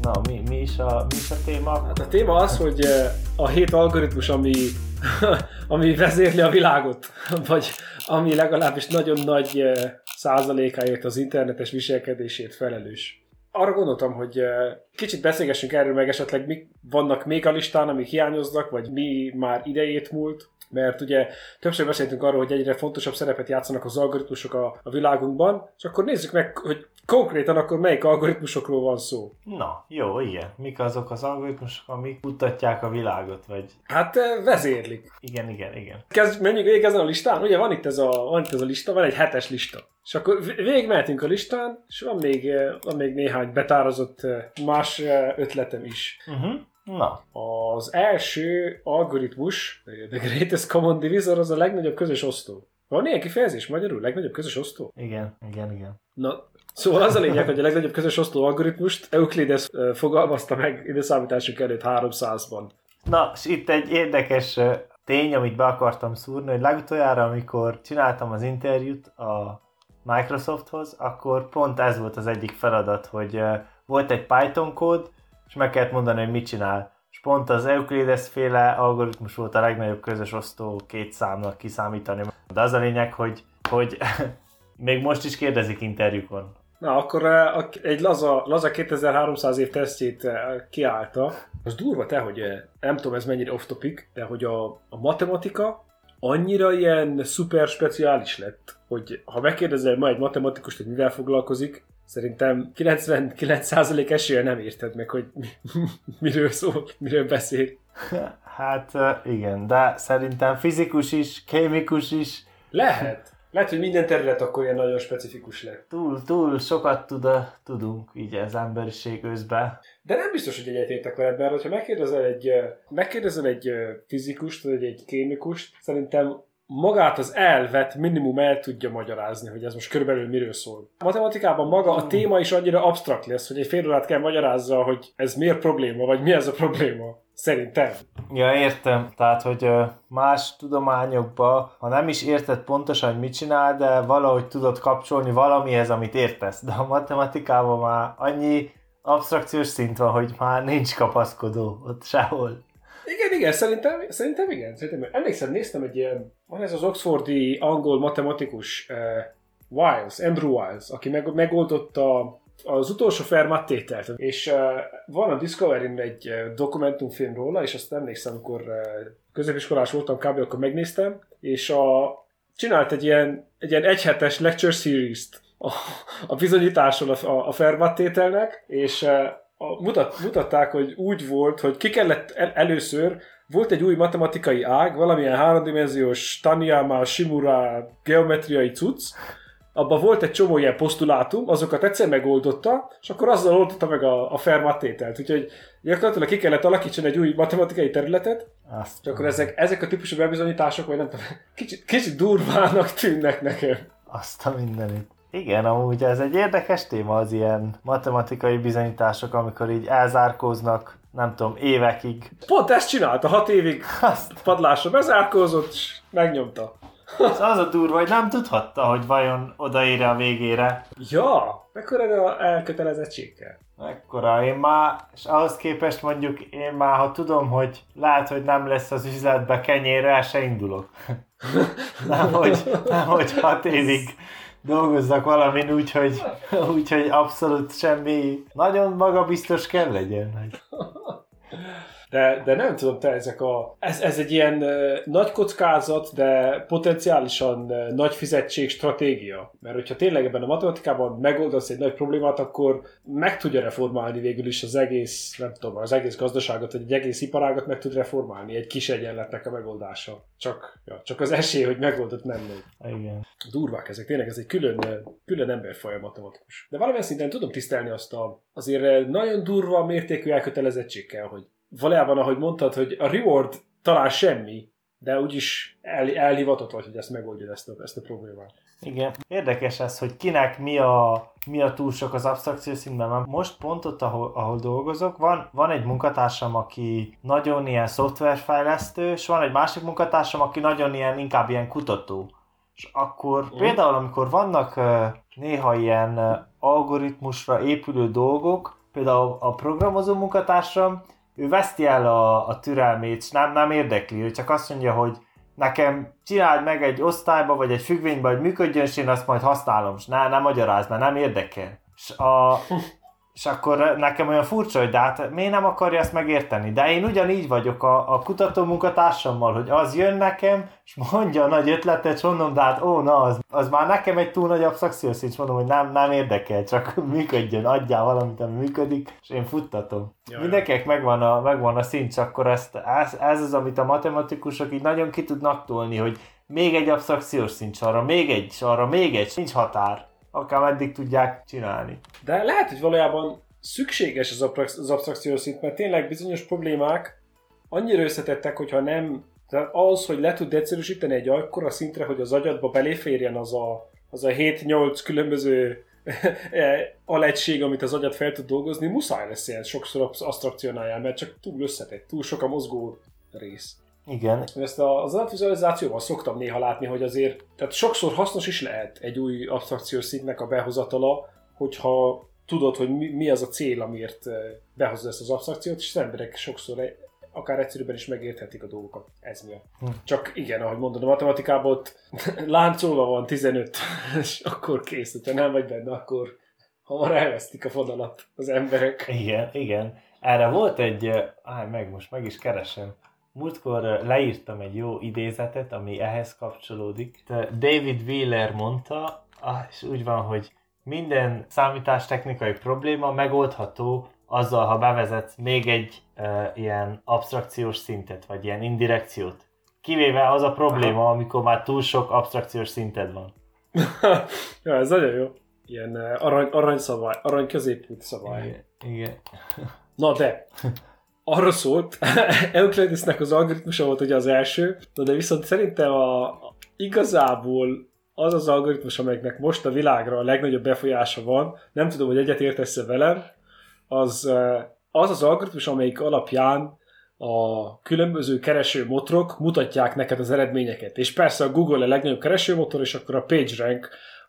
Na, mi is a téma? Hát a téma az, hogy a 7 algoritmus, ami vezérli a világot, vagy ami legalábbis nagyon nagy százalékáért az internetes viselkedését felelős. Arra gondoltam, hogy kicsit beszélgessünk erről, meg esetleg mik vannak még a listán, amik hiányoznak, vagy mi már idejét múlt. Mert ugye többször beszéltünk arról, hogy egyre fontosabb szerepet játszanak az algoritmusok a világunkban, és akkor nézzük meg, hogy konkrétan akkor melyik algoritmusokról van szó. Na, jó, igen. Mik azok az algoritmusok, amik kutatják a világot, vagy... Hát vezérlik. Igen. Menjünk végig ezen a listán. Ugye van itt ez a lista, van egy 7-es lista. És akkor végigmehetünk a listán, és van még néhány betározott más ötletem is. Na. Az első algoritmus, the greatest common divisor, az a legnagyobb közös osztó. Van ilyen kifejezés magyarul? Legnagyobb közös osztó? Igen. Na, szóval az a lényeg, hogy a legnagyobb közös osztó algoritmust Euclides fogalmazta meg időszámításunk előtt 300-ban. Na, és itt egy érdekes tény, amit be akartam szúrni, hogy legutoljára, amikor csináltam az interjút a Microsofthoz, akkor pont ez volt az egyik feladat, hogy volt egy Python kód, és meg kellett mondani, hogy mit csinál. És pont az Euclides féle algoritmus volt a legnagyobb közös osztó két számnak kiszámítani. De az a lényeg, hogy még most is kérdezik interjúkon. Na, akkor egy laza 2300 év tesztjét kiállta. Az durva hogy nem tudom ez mennyire off topic, de hogy a matematika annyira ilyen szuper speciális lett, hogy ha megkérdezel ma egy matematikust, hogy mivel foglalkozik, szerintem 99% eséllyel nem érted meg, hogy miről szól, miről beszél. Hát igen, de szerintem fizikus is, kémikus is. Lehet, hogy minden terület akkor ilyen nagyon specifikus lett. Túl sokat tudunk így az emberiség őszbe. De nem biztos, hogy egyetértek veled, mert ha megkérdezel egy fizikust, vagy egy kémikust, szerintem magát az elvet minimum el tudja magyarázni, hogy ez most körülbelül miről szól. A matematikában maga a téma is annyira absztrakt lesz, hogy egy fél órát kell magyarázza, hogy ez miért probléma, vagy mi ez a probléma. Szerintem. Ja, értem. Tehát, hogy más tudományokban, ha nem is érted pontosan, hogy mit csinál, de valahogy tudod kapcsolni valamihez, amit értesz. De a matematikában már annyi absztrakciós szint van, hogy már nincs kapaszkodó ott sehol. Igen, szerintem igen. Emlékszem, néztem egy ilyen, van ez az oxfordi angol matematikus Andrew Wiles, aki megoldotta az utolsó Fermat tételt. És van a Discovery-n egy dokumentumfilm róla, és azt emlékszem, amikor középiskolás voltam kb. Akkor megnéztem, és csinált egy ilyen egyhetes lecture series-t a bizonyításról a Fermat tételnek, és mutatták, hogy úgy volt, hogy ki kellett először, volt egy új matematikai ág, valamilyen háromdimenziós Taniyama-Shimura geometriai cucc, abban volt egy csomó ilyen posztulátum, azokat egyszer megoldotta, és akkor azzal oldotta meg a Fermat tételt. Úgyhogy gyakorlatilag ki kellett alakítani egy új matematikai területet, és akkor ezek a típusú bebizonyítások, vagy nem tudom, kicsit durvának tűnnek nekem. Azt a mindenit. Igen, amúgy ez egy érdekes téma, az ilyen matematikai bizonyítások, amikor így elzárkóznak, nem tudom, évekig. Pont ezt csinálta, 6 évig padlásra bezárkózott, és megnyomta. Az a durva, hogy nem tudhatta, hogy vajon odaér a végére. Ja, mekkora elkötelezettségkel. Mekkora, és ahhoz képest mondjuk én már, ha tudom, hogy lehet, hogy nem lesz az üzletbe kenyérre, el se indulok. nem, hogy 6 évig dolgozzak valamin úgyhogy abszolút semmi, nagyon magabiztos kell legyen. De nem tudom, ez egy ilyen nagy kockázat, de potenciálisan nagy fizetség stratégia. Mert hogyha tényleg ebben a matematikában megoldasz egy nagy problémát, akkor meg tudja reformálni végül is az egész, nem tudom, az egész gazdaságot, vagy egy egész iparágat meg tud reformálni egy kis egyenletnek a megoldása. Csak az esély, hogy megoldott nem megy. Igen. Durvák ezek, tényleg ez egy külön emberfaj a matematikus. De valamilyen szinten tudom tisztelni azt azért nagyon durva mértékű elkötelezettségkel, hogy valójában, ahogy mondtad, hogy a reward talán semmi, de úgyis elhivatott vagy, hogy ezt megoldjad ezt a problémát. Igen. Érdekes ez, hogy kinek mi a túl sok az absztrakció szintben. Mert most pont ott, ahol dolgozok, van egy munkatársam, aki nagyon ilyen szoftverfejlesztő, és van egy másik munkatársam, aki nagyon inkább ilyen kutató. És akkor például, amikor vannak néha ilyen algoritmusra épülő dolgok, például a programozó munkatársam, ő veszti el a türelmét, és nem érdekli, ő csak azt mondja, hogy nekem csináld meg egy osztályba, vagy egy függvénybe, hogy működjön, és én azt majd használom, és nem magyarázd, mert nem érdekel. És akkor nekem olyan furcsa, hogy de hát miért nem akarja ezt megérteni? De én ugyanígy vagyok a kutató munkatársammal, hogy az jön nekem, és mondja a nagy ötletet, és mondom, de hát az már nekem egy túl nagy absztrakciós szint, és mondom, hogy nem érdekel, csak működjön, adjál valamit, ami működik, és én futtatom. Mindenkinek megvan a szint, csak akkor ez az, amit a matematikusok így nagyon ki tudnak tolni, hogy még egy absztrakciós szint, arra még egy, nincs határ. Akár meddig tudják csinálni. De lehet, hogy valójában szükséges az absztrakciós szint, mert tényleg bizonyos problémák annyira összetettek, hogyha nem... Tehát az, hogy le tud egyszerűsíteni egy akkora szintre, hogy az agyadba beléférjen az a 7-8 különböző alegység, amit az agyad fel tud dolgozni, muszáj lesz ilyen sokszor absztrakcionáljál, mert csak túl összetett, túl sok a mozgó rész. Igen. Ezt az adatvizualizációban szoktam néha látni, hogy azért, tehát sokszor hasznos is lehet egy új absztrakciós szintnek a behozatala, hogyha tudod, hogy mi az a cél, amiért behozod ezt az absztrakciót, és az emberek sokszor akár egyszerűbben is megérthetik a dolgokat. Ez miatt. Csak igen, ahogy mondod, a matematikában ott láncolva van 15, és akkor kész, hogyha nem vagy benne, akkor hamar elvesztik a fonalat az emberek. Igen. Erre volt most meg is keresem. Múltkor leírtam egy jó idézetet, ami ehhez kapcsolódik. David Wheeler mondta, és úgy van, hogy minden számítástechnikai probléma megoldható azzal, ha bevezetsz még egy ilyen absztrakciós szintet, vagy ilyen indirekciót. Kivéve az a probléma, amikor már túl sok absztrakciós szinted van. Ja, ez nagyon jó. Ilyen aranyszabály, arany középút szabály. Igen. Na de... Arra szólt, Euclidesnek az algoritmusa volt ugye az első, de viszont szerintem igazából az az algoritmus, amelynek most a világra a legnagyobb befolyása van, nem tudom, hogy egyet értesz velem, az algoritmus, amelyik alapján a különböző keresőmotorok mutatják neked az eredményeket. És persze a Google a legnagyobb keresőmotor, és akkor a PageRank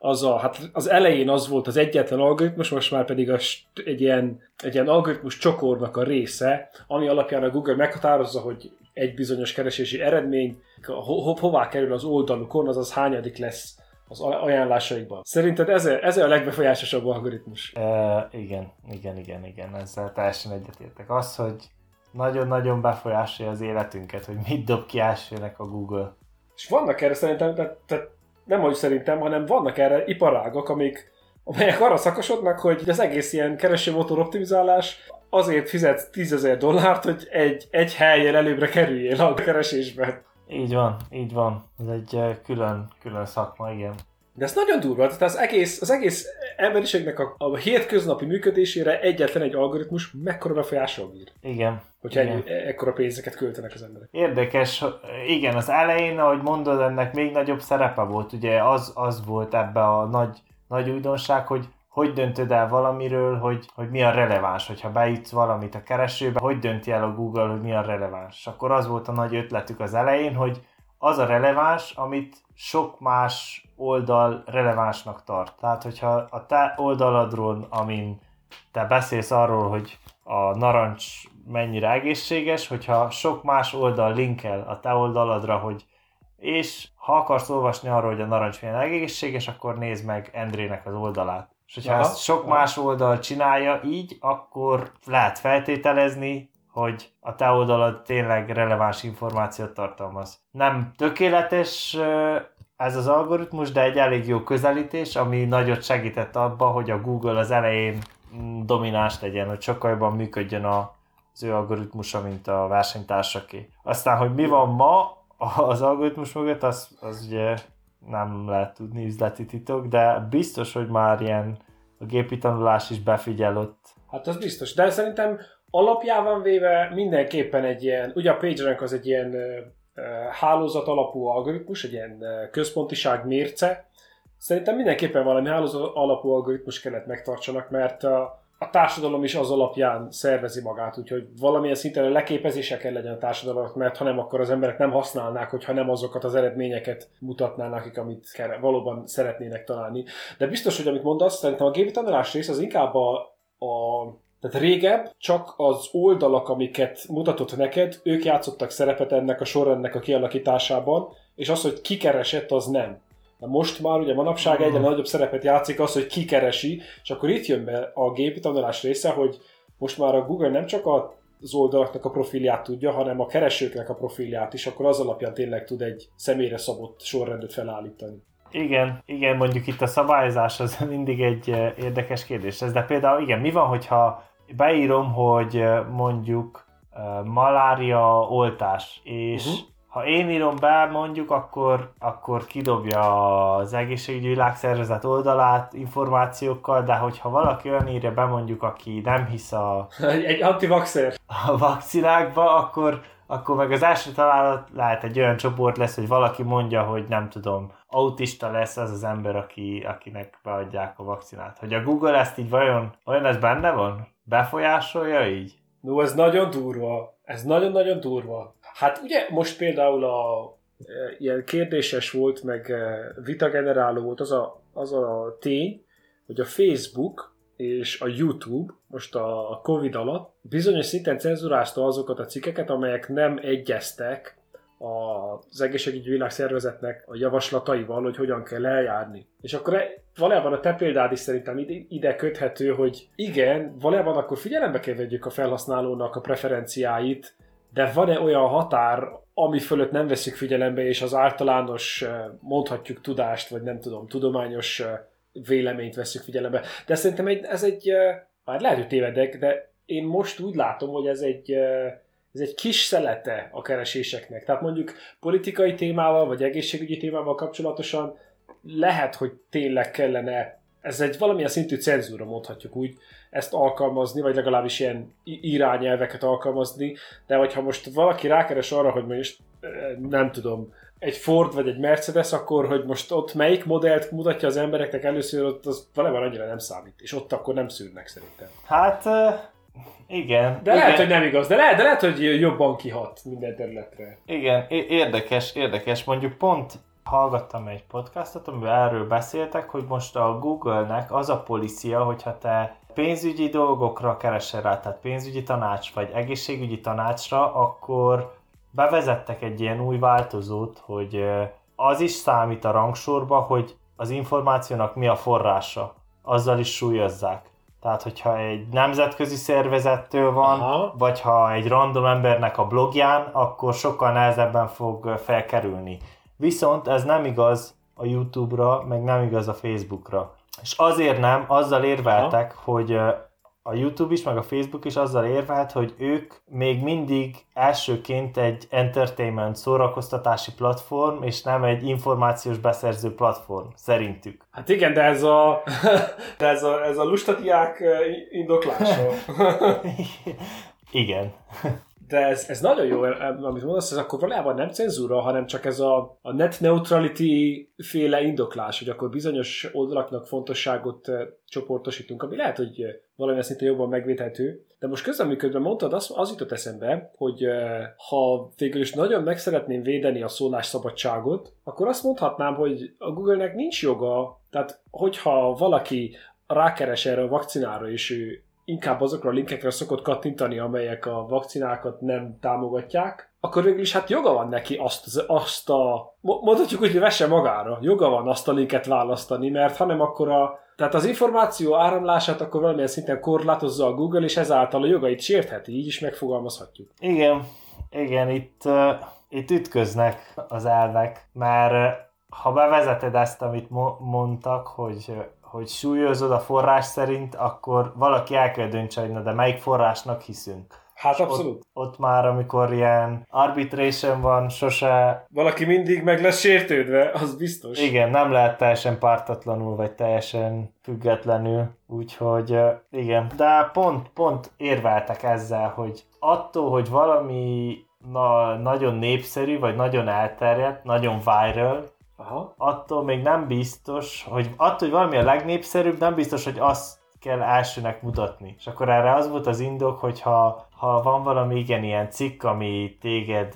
az elején az volt az egyetlen algoritmus, most már pedig egy ilyen algoritmus csokornak a része, ami alapján a Google meghatározza, hogy egy bizonyos keresési eredmény hová kerül az oldalukon, azaz hányadik lesz az ajánlásaikban. Szerinted ez a legbefolyásosabb algoritmus? Igen, ezzel teljesen egyetértek. Az, hogy nagyon-nagyon befolyásolja az életünket, hogy mit dob ki elsőnek a Google. És vannak erre szerintem, tehát nem hogy szerintem, hanem vannak erre iparágak, amelyek arra szakosodnak, hogy az egész ilyen keresőmotor optimizálás azért fizet $10,000, hogy egy helyen előbbre kerüljél a keresésben. Így van. Ez egy külön szakma, igen. De ez nagyon durva, tehát az egész emberiségnek a hétköznapi működésére egyetlen egy algoritmus mekkora befolyással bír. Igen. Hogyha ekkora pénzeket költenek az emberek. Érdekes, igen, az elején, ahogy mondod, ennek még nagyobb szerepe volt. Ugye az volt ebbe a nagy újdonság, hogy döntöd el valamiről, hogy mi a releváns, hogyha beütsz valamit a keresőbe, hogy dönti el a Google, hogy mi a releváns. És akkor az volt a nagy ötletük az elején, hogy az a releváns, amit sok más oldal relevánsnak tart. Tehát, hogyha a te oldaladról, amin te beszélsz arról, hogy a narancs mennyire egészséges, hogyha sok más oldal linkel a te oldaladra, és ha akarsz olvasni arról, hogy a narancs milyen egészséges, akkor nézd meg Endrének az oldalát. És hogyha ezt sok más oldal csinálja így, akkor lehet feltételezni, hogy a te oldalad tényleg releváns információt tartalmaz. Nem tökéletes ez az algoritmus, de egy elég jó közelítés, ami nagyot segített abba, hogy a Google az elején domináns legyen, hogy sokkal jobban működjön az ő algoritmusa, mint a versenytársaké. Aztán, hogy mi van ma az algoritmus mögött, az ugye nem lehet tudni, üzleti titok, de biztos, hogy már ilyen a gépi tanulás is befigyel ott. Hát az biztos, de szerintem alapjában véve mindenképpen egy ilyen, ugye a PageRank az egy ilyen hálózat alapú algoritmus, egy ilyen központiság mérce. Szerintem mindenképpen valami hálózat alapú algoritmus kellett megtartsanak, mert a társadalom is az alapján szervezi magát, úgyhogy valamilyen szinten leképezése kell legyen a társadalomnak, mert ha nem, akkor az emberek nem használnák, hogyha nem azokat az eredményeket mutatnának nekik, amit valóban szeretnének találni. De biztos, hogy amit mondasz, szerintem a gépi tanulás rész az inkább Tehát régebb csak az oldalak, amiket mutatott neked, ők játszottak szerepet ennek a sorrendnek a kialakításában, és az, hogy ki keresett, az nem. De most már ugye manapság egyre nagyobb szerepet játszik az, hogy ki keresi, és akkor itt jön be a gépi tanulás része, hogy most már a Google nem csak az oldalaknak a profilját tudja, hanem a keresőknek a profilját is, akkor az alapján tényleg tud egy személyre szabott sorrendet felállítani. Igen, mondjuk itt a szabályozás az mindig egy érdekes kérdés. De például igen, mi van, hogyha beírom, hogy mondjuk malária oltás, és ha én írom be mondjuk, akkor kidobja az Egészségügyi Világszervezet oldalát információkkal, de hogyha valaki olyan írja be mondjuk, aki nem hisz egy antivaxer a vakcinákba, akkor meg az első találat lehet egy olyan csoport lesz, hogy valaki mondja, hogy nem tudom, autista lesz az az ember, akinek beadják a vakcinát. Hogy a Google ezt így vajon ez benne van? Befolyásolja így? No, ez nagyon durva. Ez nagyon-nagyon durva. Hát ugye most például ilyen kérdéses volt, meg vitageneráló volt az a tény, hogy a Facebook és a YouTube most a Covid alatt bizonyos szinten cenzurázta azokat a cikkeket, amelyek nem egyeztek az Egészségügyi Világszervezetnek a javaslataival, hogy hogyan kell eljárni. És akkor valójában a te példád is szerintem ide köthető, hogy igen, valójában akkor figyelembe kell vegyük a felhasználónak a preferenciáit, de van-e olyan határ, ami fölött nem veszük figyelembe, és az általános, mondhatjuk tudást, vagy nem tudom, tudományos véleményt veszük figyelembe. De szerintem hát lehet, hogy tévedek, de én most úgy látom, hogy ez egy kis szelete a kereséseknek. Tehát mondjuk politikai témával, vagy egészségügyi témával kapcsolatosan lehet, hogy tényleg kellene, ez egy valamilyen szintű cenzúra, mondhatjuk úgy, ezt alkalmazni, vagy legalábbis ilyen irányelveket alkalmazni, de hogyha most valaki rákeres arra, hogy most nem tudom, egy Ford vagy egy Mercedes, akkor hogy most ott melyik modellt mutatja az embereknek először, ott az valójában annyira nem számít, és ott akkor nem szűrnek szerintem. Hát igen. De lehet, hogy nem igaz, de lehet, hogy jobban kihat minden területre. Igen, érdekes. Mondjuk pont hallgattam egy podcastot, amiben erről beszéltek, hogy most a Google-nek az a policia, hogyha te pénzügyi dolgokra keresel rá, tehát pénzügyi tanács vagy egészségügyi tanácsra, akkor bevezettek egy ilyen új változót, hogy az is számít a rangsorba, hogy az információnak mi a forrása. Azzal is súlyozzák. Tehát, hogyha egy nemzetközi szervezettől van, vagy ha egy random embernek a blogján, akkor sokkal nehezebben fog felkerülni. Viszont ez nem igaz a YouTube-ra, meg nem igaz a Facebookra. És azért nem, azzal érveltek, hogy a YouTube is, meg a Facebook is azzal érvelt, hogy ők még mindig elsőként egy entertainment, szórakoztatási platform, és nem egy információs beszerző platform, szerintük. Hát igen, de ez a lustatiák indoklása. Igen. De ez nagyon jó, amit mondasz, ez akkor valójában nem cenzúra, hanem csak ez a net neutrality féle indoklás, hogy akkor bizonyos oldalaknak fontosságot csoportosítunk, ami lehet, hogy valamilyen szintén jobban megvédhető. De most közben mondtad, az jutott eszembe, hogy ha végül is nagyon meg szeretném védeni a szólásszabadságot, akkor azt mondhatnám, hogy a Google-nek nincs joga, tehát hogyha valaki rákeres erre a vakcinára, és ő inkább azokra a linkekre szokott kattintani, amelyek a vakcinákat nem támogatják, akkor végül is hát joga van neki mondhatjuk úgy, hogy vesse magára, joga van azt a linket választani, mert hanem akkor tehát az információ áramlását akkor valamilyen szinten korlátozza a Google, és ezáltal a jogait sértheti, így is megfogalmazhatjuk. Igen, itt ütköznek az elvek, mert ha bevezeted ezt, amit mondtak, hogy súlyozod a forrás szerint, akkor valaki el kell döntse, hogy na de melyik forrásnak hiszünk. Hát abszolút. Ott már, amikor ilyen arbitration van, sose... Valaki mindig meg lesz sértődve, az biztos. Igen, nem lehet teljesen pártatlanul, vagy teljesen függetlenül, úgyhogy igen. De pont érveltek ezzel, hogy attól, hogy valami nagyon népszerű, vagy nagyon elterjedt, nagyon viral, attól még nem biztos, hogy valami a legnépszerűbb, nem biztos, hogy azt kell elsőnek mutatni. És akkor erre az volt az indok, hogy ha van valami ilyen cikk, ami téged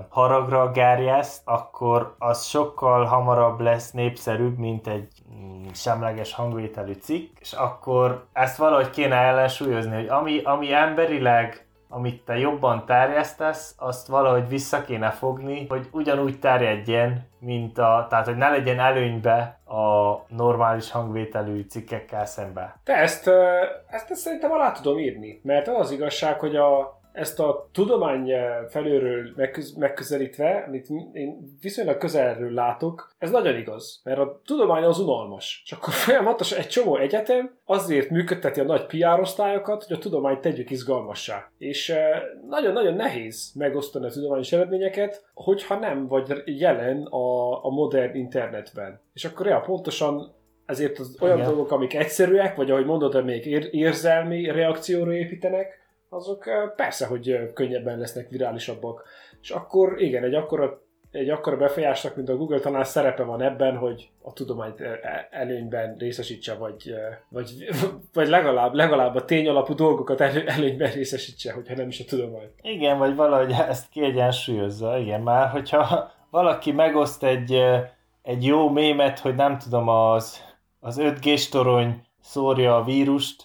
haragra gerjeszt, akkor az sokkal hamarabb lesz népszerűbb, mint egy semleges hangvételű cikk, és akkor ezt valahogy kéne ellensúlyozni, hogy ami emberileg, amit te jobban terjesztesz, azt valahogy vissza kéne fogni, hogy ugyanúgy terjedjen, tehát hogy ne legyen előnybe a normális hangvételű cikkekkel szemben. De ezt szerintem alá tudom írni, mert az igazság, hogy ezt a tudomány felülről megközelítve, amit én viszonylag közelről látok, ez nagyon igaz, mert a tudomány az unalmas. És akkor folyamatosan egy csomó egyetem azért működteti a nagy PR osztályokat, hogy a tudományt tegyük izgalmassá. És nagyon-nagyon nehéz megosztani a tudományos eredményeket, hogyha nem vagy jelen a modern internetben. És akkor pontosan ezért az olyan dolgok, amik egyszerűek, vagy ahogy mondod, még érzelmi reakcióra építenek, azok persze, hogy könnyebben lesznek virálisabbak. És akkor igen, egy akkora befolyásnak, mint a Google, talán szerepe van ebben, hogy a tudományt előnyben részesítse, vagy legalább a tényalapú dolgokat előnyben részesítse, hogyha nem is a tudományt. Igen, vagy valahogy ezt kiegyensúlyozza, igen, már hogyha valaki megoszt egy jó mémet, hogy nem tudom, az 5G-s torony szórja a vírust,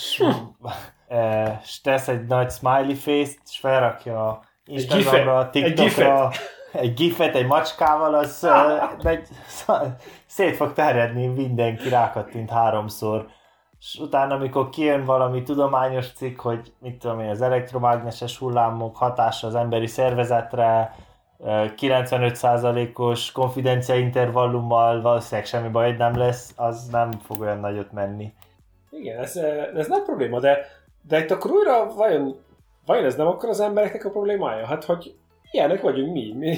és tesz egy nagy smiley face-t, és felrakja Instagramra, TikTokra egy gifet, egy macskával, az szét fog terjedni, mindenki rákattint 3-szor. És utána, amikor kijön valami tudományos cikk, hogy mit tudom én, az elektromágneses hullámok hatása az emberi szervezetre, 95%-os konfidencia intervallummal valószínűleg semmi baj nem lesz, az nem fog olyan nagyot menni. Igen, ez nagy probléma, de itt akkor újra vajon ez nem akkor az embereknek a problémája? Hát, hogy ilyenek vagyunk mi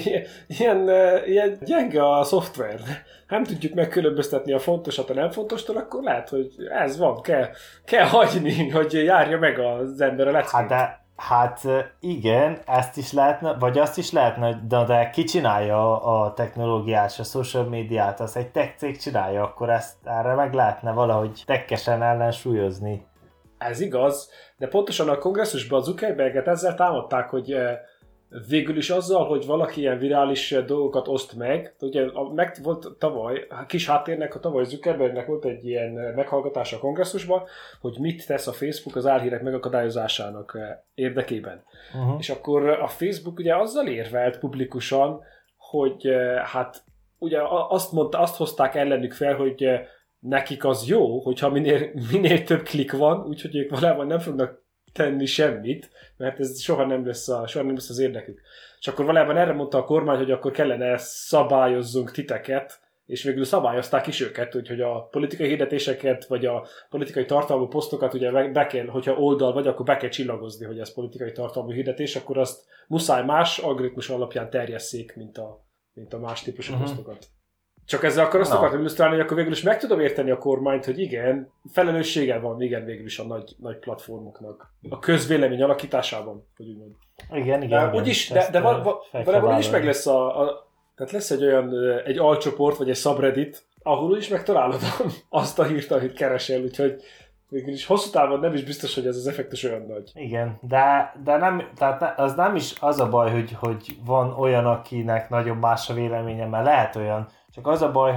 ilyen gyenge a szoftver. Nem tudjuk megkülönböztetni a fontosat a nem fontostól, akkor lehet, hogy ez van, kell hagyni, hogy járja meg az ember a leckét. Hát igen, ezt is lehetne, vagy azt is lehetne, de ki csinálja a technológiát, a social médiát, az egy tech cég csinálja, akkor erre meg lehetne valahogy tekkesen ellensúlyozni. Ez igaz, de pontosan a kongresszusban a Zuckerberget ezzel támadták, hogy végül is azzal, hogy valaki ilyen virális dolgokat oszt meg, ugye volt tavaly, a kis háttérnek, a tavaly Zuckerbergnek volt egy ilyen meghallgatása a kongresszusban, hogy mit tesz a Facebook az álhírek megakadályozásának érdekében. Uh-huh. És akkor a Facebook ugye azzal érvelt publikusan, hogy hát ugye azt hozták ellenük fel, hogy nekik az jó, hogyha minél több klik van, úgyhogy ők valójában nem fognak tenni semmit, mert ez soha nem lesz az érdekük. És akkor valójában erre mondta a kormány, hogy akkor kellene szabályozzunk titeket, és végül szabályozták is őket, úgyhogy a politikai hirdetéseket, vagy a politikai tartalmú posztokat ugye be kell, hogyha oldal vagy, akkor be kell csillagozni, hogy ez politikai tartalmú hirdetés, akkor azt muszáj más algoritmus alapján terjesszék, mint a más típusú posztokat. Csak ezzel akkor azt akartam illusztrálni, hogy akkor végül is meg tudom érteni a kormányt, hogy igen, felelőssége van, igen, végül is a nagy platformoknak. A közvélemény alakításában, hogy úgy mondjam. Igen. Úgyis, de valahol úgyis meg lesz tehát lesz egy olyan, egy alcsoport, vagy egy subreddit, ahol úgyis megtalálod azt a hírt, amit keresel, úgyhogy végül is hosszú távon nem is biztos, hogy ez az effektus olyan nagy. Igen, de nem, tehát az nem is az a baj, hogy van olyan, akinek nagyon más a véleménye, mert lehet olyan, csak az a baj,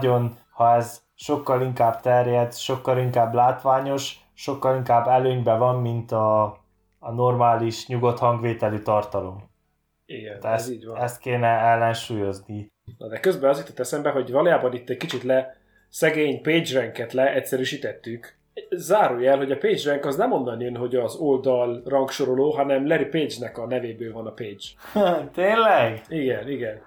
ha ez sokkal inkább terjed, sokkal inkább látványos, sokkal inkább előnyben van, mint a normális, nyugodt hangvételű tartalom. Igen, ez így van. Ezt kéne ellensúlyozni. Na de közben az jutott eszembe, hogy valójában itt egy kicsit szegény PageRanket egyszerűsítettük. Zárójel, hogy a PageRank az nem onnan jön, hogy az oldal rangsoroló, hanem Larry Page-nek a nevéből van a page. Tényleg? Igen.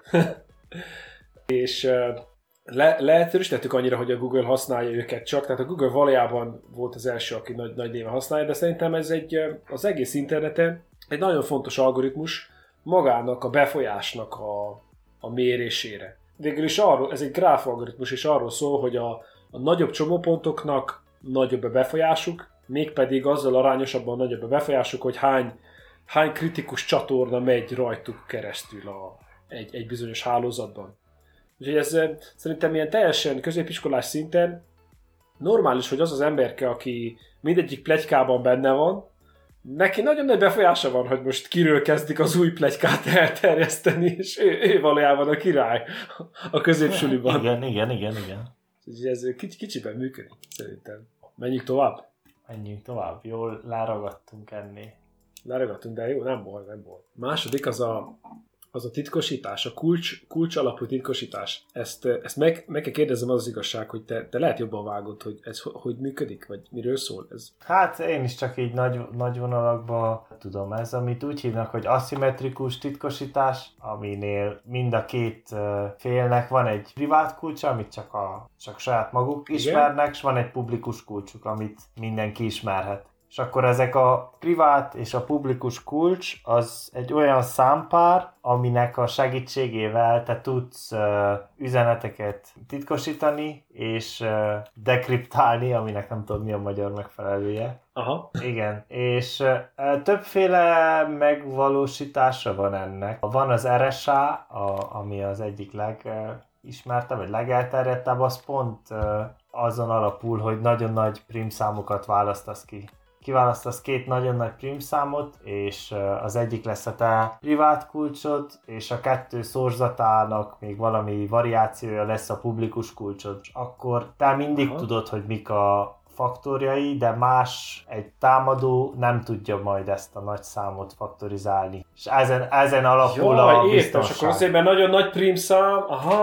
És leegyszerűsítettük annyira, hogy a Google használja őket csak, tehát a Google valójában volt az első, aki nagy néven használja, de szerintem ez az egész interneten egy nagyon fontos algoritmus magának a befolyásnak a mérésére. Végül is ez egy gráf algoritmus, és arról szól, hogy a nagyobb csomópontoknak nagyobb a befolyásuk, mégpedig azzal arányosabban nagyobb a befolyásuk, hogy hány kritikus csatorna megy rajtuk keresztül egy bizonyos hálózatban. Úgyhogy ez szerintem ilyen teljesen középiskolás szinten normális, hogy az az emberke, aki mindegyik pletykában benne van, neki nagyon nagy befolyása van, hogy most kiről kezdik az új pletykát elterjeszteni, és ő valójában a király a középsuliban. Igen. Ez kicsiben működik, szerintem. Menjünk tovább? Menjünk tovább. Jól leragadtunk ennél. Leragadtunk, de jó, nem volt. Második az a titkosítás, a kulcs alapú titkosítás. Ezt meg kell kérdezem, az igazság, hogy te lehet jobban vágod, hogy ez hogy működik, vagy miről szól ez? Hát én is csak így nagy vonalakban tudom. Ez, amit úgy hívnak, hogy aszimmetrikus titkosítás, aminél mind a két félnek van egy privát kulcsa, amit csak saját maguk ismernek, és van egy publikus kulcsuk, amit mindenki ismerhet. És akkor ezek a privát és a publikus kulcs az egy olyan számpár, aminek a segítségével te tudsz üzeneteket titkosítani és dekriptálni, aminek nem tudom mi a magyar megfelelője. Aha. Igen, és többféle megvalósítása van ennek. Van az RSA, ami az egyik legismertebb, vagy legelterjedtebb, az pont azon alapul, hogy nagyon nagy prímszámokat választasz ki. Kiválasztasz két nagyon nagy prímszámot, és az egyik lesz a te privát kulcsod, és a kettő szorzatának még valami variációja lesz a publikus kulcsod. Akkor te mindig tudod, hogy mik a faktorjai, de egy támadó nem tudja majd ezt a nagy számot faktorizálni. És ezen alapul a biztonság. És akkor azért, mert nagyon nagy prímszám,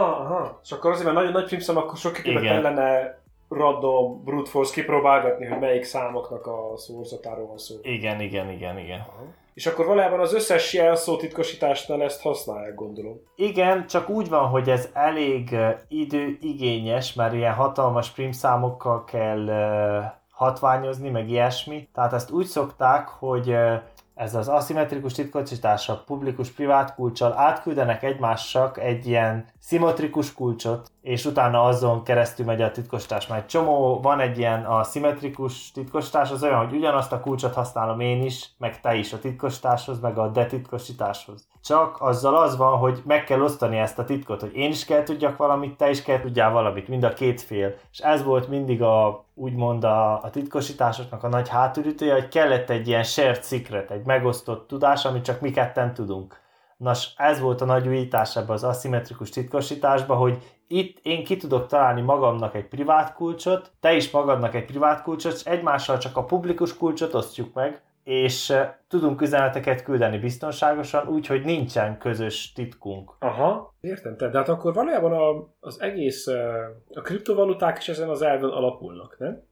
és akkor azért, mert nagyon nagy prímszám, akkor sok esetben kellene random brute force kipróbálgatni, hogy melyik számoknak a szorzatáról van szó. Igen. Aha. És akkor valójában az összes jelszó titkosításnál ezt használják, gondolom. Igen, csak úgy van, hogy ez elég időigényes, mert ilyen hatalmas prímszámokkal kell hatványozni, meg ilyesmi. Tehát ezt úgy szokták, hogy ez az aszimmetrikus titkosítás a publikus-privát kulccsal átküldenek egymásnak egy ilyen szimmetrikus kulcsot, és utána azon keresztül megy a titkosítás. Mert csomó van egy ilyen a szimmetrikus titkosítás, az olyan, hogy ugyanazt a kulcsot használom én is, meg te is a titkosításhoz, meg a detitkosításhoz. Csak azzal az van, hogy meg kell osztani ezt a titkot, hogy én is kell tudjak valamit, te is kell tudjál valamit, mind a két fél. És ez volt mindig úgymond a titkosításoknak a nagy hátulütője, hogy kellett egy ilyen shared secret, egy megosztott tudás, amit csak mi ketten tudunk. Nos, ez volt a nagy újítás ebbe az aszimmetrikus titkosításba, hogy itt én ki tudok találni magamnak egy privát kulcsot, te is magadnak egy privát kulcsot, és egymással csak a publikus kulcsot osztjuk meg, és tudunk üzeneteket küldeni biztonságosan, úgyhogy nincsen közös titkunk. Aha, értem te. De hát akkor valójában az egész, a kriptovaluták is ezen az elven alapulnak, nem?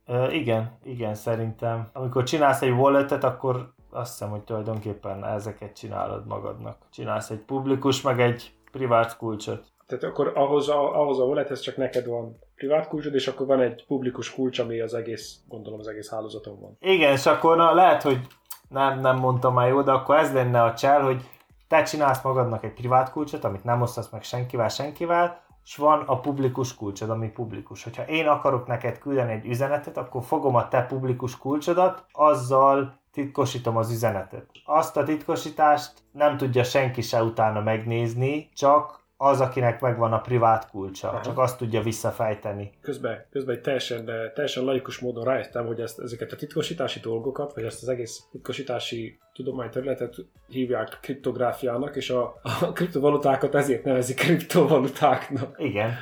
Igen, szerintem. Amikor csinálsz egy walletet, akkor azt hiszem, hogy tulajdonképpen ezeket csinálod magadnak. Csinálsz egy publikus, meg egy privát kulcsot. Tehát akkor ahhoz a wallethez csak neked van privát kulcsod, és akkor van egy publikus kulcs, ami az egész, gondolom az egész hálózaton van. Igen, és akkor lehet, hogy nem mondtam már jó, de akkor ez lenne a csel, hogy te csinálsz magadnak egy privát kulcsot, amit nem osztasz meg senkivel, és van a publikus kulcsod, ami publikus. Hogyha én akarok neked küldeni egy üzenetet, akkor fogom a te publikus kulcsodat, azzal titkosítom az üzenetet. Azt a titkosítást nem tudja senki se utána megnézni, csak az, akinek megvan a privát kulcsa. Aha. Csak azt tudja visszafejteni. Közben egy teljesen laikus módon rájöttem, hogy ezeket a titkosítási dolgokat, vagy ezt az egész titkosítási tudományterületet hívják kriptográfiának, és a kriptovalutákat ezért nevezik kriptovalutáknak. Igen.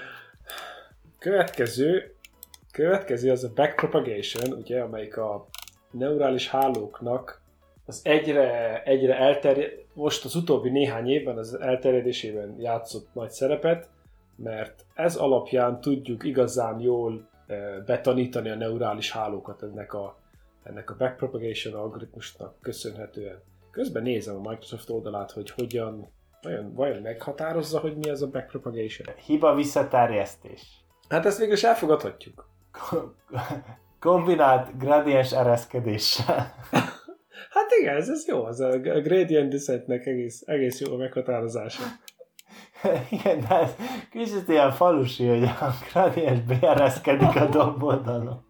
Következő az a backpropagation, ugye, amelyik a neurális hálóknak az egyre elterjed, most az utóbbi néhány évben az elterjedésében játszott nagy szerepet, mert ez alapján tudjuk igazán jól betanítani a neurális hálókat ennek a backpropagation algoritmusnak köszönhetően. Közben nézem a Microsoft oldalát, hogy vajon meghatározza, hogy mi ez a backpropagation. Hiba visszaterjesztés. Hát ezt végül is elfogadhatjuk. Kombinált gradiens ereszkedéssel. Hát igen, ez jó, az a gradient descentnek egész jó a meghatározása. Igen, de ez kicsit ilyen falusi, hogy a gradiens beereszkedik a domboldalon.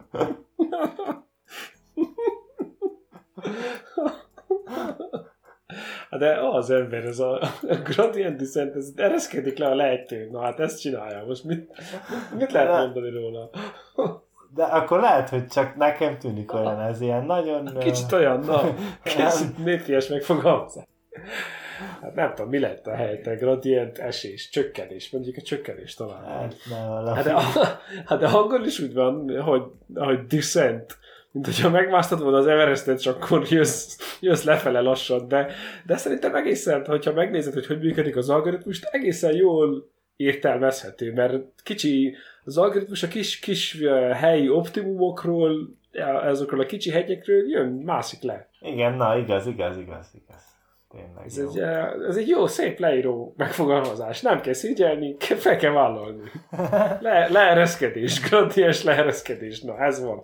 De az ember, ez a gradient descent, ez ereszkedik le a lejtőn. Na hát ezt csinálja. Most mit lehet mondani róla? De akkor lehet, hogy csak nekem tűnik olyan, ez ilyen nagyon... Kicsit olyan, na. Népfies megfogalmazás. Hát nem tudom, mi lett a helyette, gradient esés, csökkenés, mondjuk a csökkenés talán. Hát de angol is úgy van, hogy descent, mint hogyha megmásztad volna az Everestet, és akkor jössz lefele lassan, de szerintem egészen, hogyha megnézed, hogy működik az algoritmus, egészen jól értelmezhető, mert kicsi, az algoritmus a kis helyi optimumokról, ezekről a kicsi hegyekről mászik le. Igen, na igaz. Tényleg ez egy jó, szép leíró megfogalmazás. Nem kell szígyelni, fel kell vállalni. Leereszkedés, gradiens leereszkedés. Na, ez van.